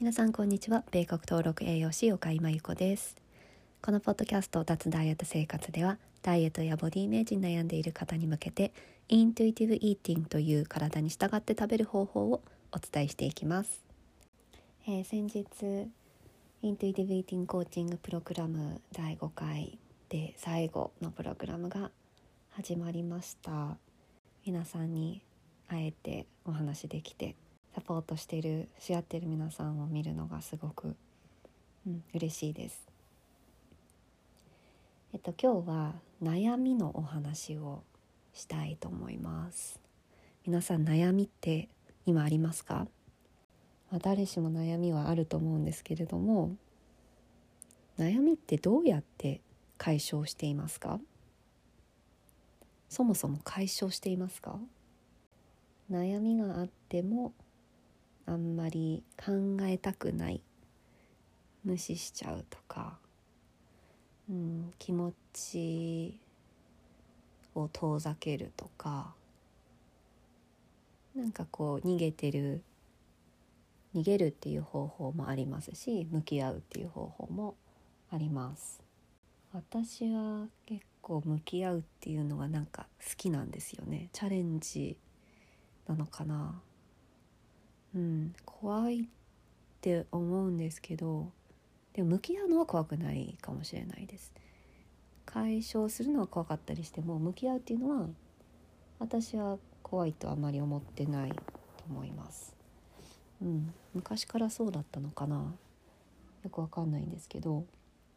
皆さんこんにちは。米国登録栄養士岡井真由子です。このポッドキャスト脱ダイエット生活では、ダイエットやボディイメージに悩んでいる方に向けてイントゥイティブイーティングという体に従って食べる方法をお伝えしていきます。先日イントゥイティブイーティングコーチングプログラム第5回で最後のプログラムが始まりました。皆さんに会えてお話できて、サポートしているし合っている皆さんを見るのがすごく、嬉しいです。今日は悩みのお話をしたいと思います。皆さん悩みって今ありますか？誰しも悩みはあると思うんですけれども、悩みってどうやって解消していますか？そもそも解消していますか？悩みがあってもあんまり考えたくない、無視しちゃうとか、気持ちを遠ざけるとか、逃げるっていう方法もありますし、向き合うっていう方法もあります。私は結構向き合うっていうのが好きなんですよね。チャレンジなのかな。怖いって思うんですけど、でも向き合うのは怖くないかもしれないです。解消するのは怖かったりしても、向き合うっていうのは私は怖いとあまり思ってないと思います。昔からそうだったのかな、よくわかんないんですけど、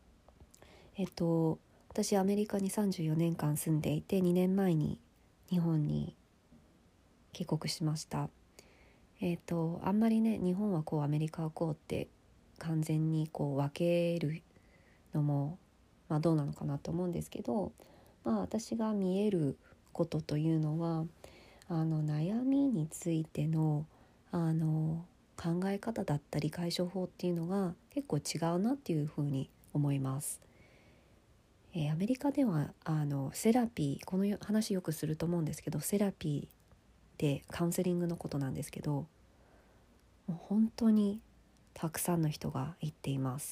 私アメリカに34年間住んでいて、2年前に日本に帰国しました。あんまりね、日本はアメリカをって完全に分けるのもどうなのかなと思うんですけど、私が見えることというのは、悩みについての考え方だったり解消法っていうのが結構違うなっていうふうに思います。アメリカではセラピー、この話よくすると思うんですけど、セラピーってカウンセリングのことなんですけど、もう本当にたくさんの人が行っています。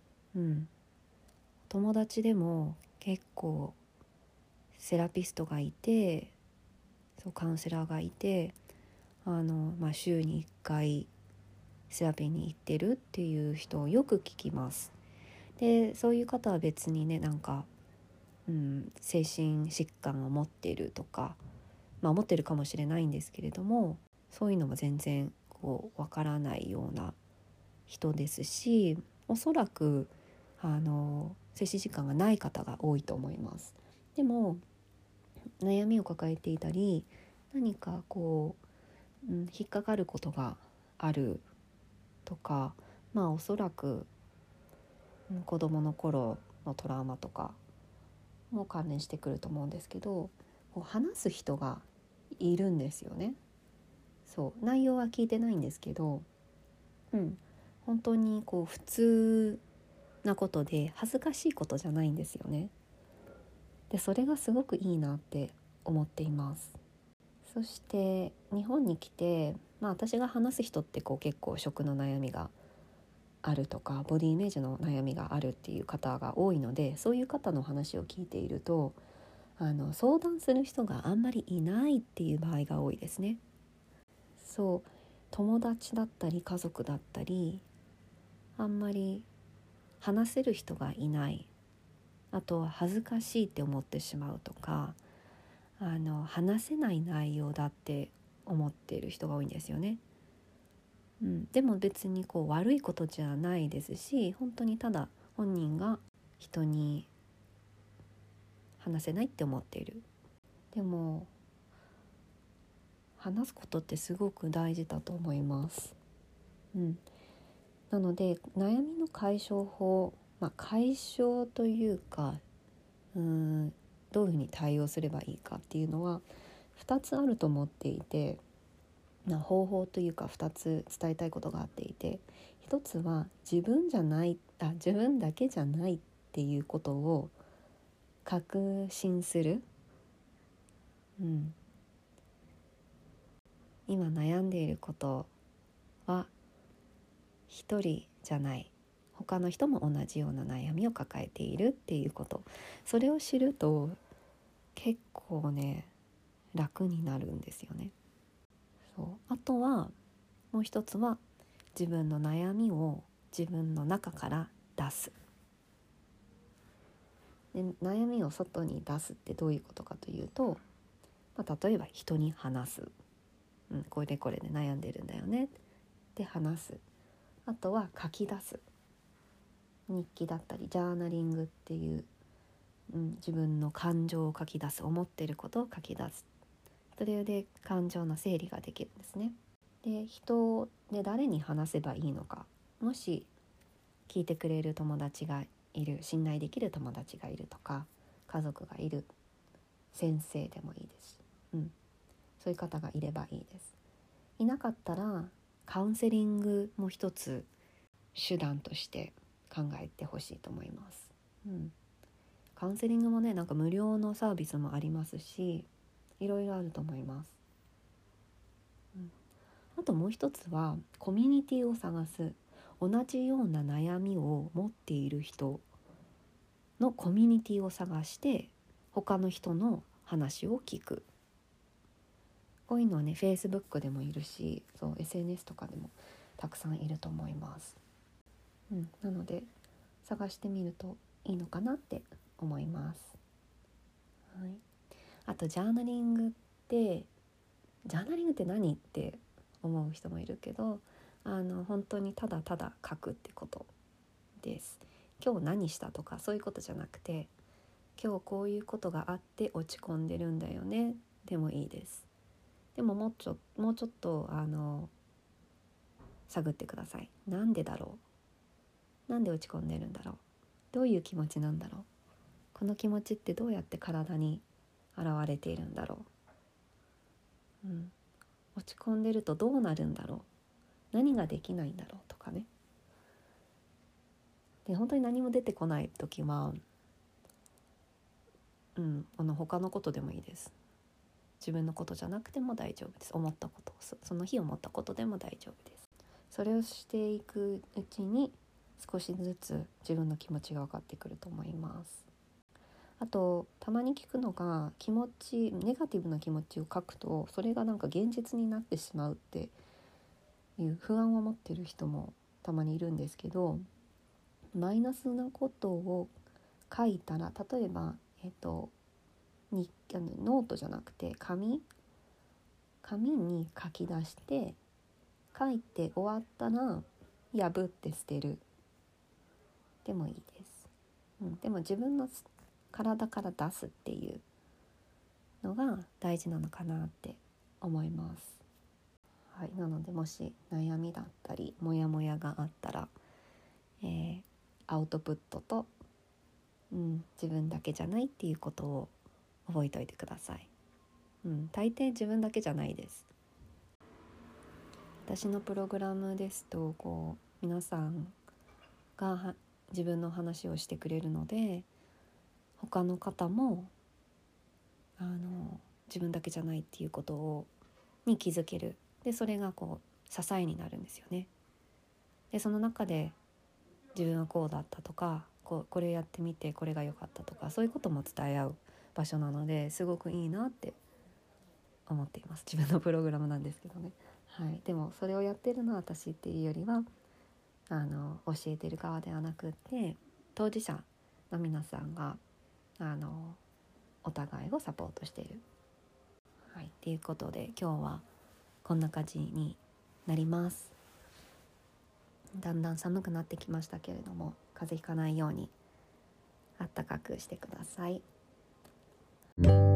友達でも結構セラピストがいて、カウンセラーがいて、週に1回セラピーに行ってるっていう人をよく聞きます。で、そういう方は別にね、精神疾患を持っているとか、持ってるかもしれないんですけれども、そういうのも全然わからないような人ですし、おそらく精神疾患がない方が多いと思います。でも悩みを抱えていたり、何か引っかかることがあるとか、おそらく子どもの頃のトラウマとかも関連してくると思うんですけど、話す人がいるんですよね。内容は聞いてないんですけど、本当に普通なことで恥ずかしいことじゃないんですよね。で、それがすごくいいなって思っています。そして日本に来て、私が話す人って結構食の悩みがあるとか、ボディイメージの悩みがあるっていう方が多いので、そういう方の話を聞いていると、相談する人があんまりいないっていう場合が多いですね。友達だったり家族だったり、あんまり話せる人がいない、あとは恥ずかしいって思ってしまうとか、話せない内容だって思っている人が多いんですよね。でも別に悪いことじゃないですし、本当にただ本人が人に話せないって思っている。でも話すことってすごく大事だと思います。なので悩みの解消法、解消というか、どういうふうに対応すればいいかっていうのは2つあると思っていて、方法というか2つ伝えたいことがあっていて、1つは自分だけじゃないっていうことを確信する。今悩んでいることは一人じゃない、他の人も同じような悩みを抱えているっていうこと、それを知ると結構ね楽になるんですよね。そう、あとはもう一つは自分の悩みを自分の中から出す。で、悩みを外に出すってどういうことかというと、例えば人に話す、これで悩んでるんだよねって話す。あとは書き出す、日記だったりジャーナリングっていう、自分の感情を書き出す、思ってることを書き出す。それで感情の整理ができるんですね。で、人で誰に話せばいいのか、もし聞いてくれる友達がいる、信頼できる友達がいるとか、家族がいる、先生でもいいです、そういう方がいればいいです。いなかったらカウンセリングも一つ手段として考えてほしいと思います、カウンセリングもね、無料のサービスもありますし、いろいろあると思います、あともう一つはコミュニティを探す。同じような悩みを持っている人のコミュニティを探して他の人の話を聞く。こういうのはね Facebook でもいるし、SNS とかでもたくさんいると思います、なので探してみるといいのかなって思います、あとジャーナリングって何って思う人もいるけど、本当にただただ書くってことです。今日何したとかそういうことじゃなくて、今日こういうことがあって落ち込んでるんだよねでもいいです。でももうちょっと探ってください。なんでだろう、なんで落ち込んでるんだろう、どういう気持ちなんだろう、この気持ちってどうやって体に現れているんだろう、落ち込んでるとどうなるんだろう、何ができないんだろうとかね。で、本当に何も出てこない時は他のことでもいいです。自分のことじゃなくても大丈夫です。思ったこと、その日思ったことでも大丈夫です。それをしていくうちに少しずつ自分の気持ちが分かってくると思います。あとたまに聞くのが、ネガティブな気持ちを書くとそれが現実になってしまうっていう不安を持ってる人もたまにいるんですけど、マイナスなことを書いたら、例えばノートじゃなくて紙に書き出して、書いて終わったら破って捨てるでもいいです、でも自分の体から出すっていうのが大事なのかなって思います。なのでもし悩みだったりモヤモヤがあったら、アウトプットと、自分だけじゃないっていうことを覚えておいてください。大抵自分だけじゃないです。私のプログラムですと皆さんが自分の話をしてくれるので、他の方も自分だけじゃないっていうことに気づける。でそれが支えになるんですよね。でその中で自分はこうだったとか、これやってみてこれが良かったとか、そういうことも伝え合う場所なので、すごくいいなって思っています。自分のプログラムなんですけどね。でもそれをやってるのは私っていうよりは教えてる側ではなくって、当事者の皆さんがお互いをサポートしている。っていうことで今日はこんな感じになります。だんだん寒くなってきましたけれども、風邪ひかないようにあったかくしてください。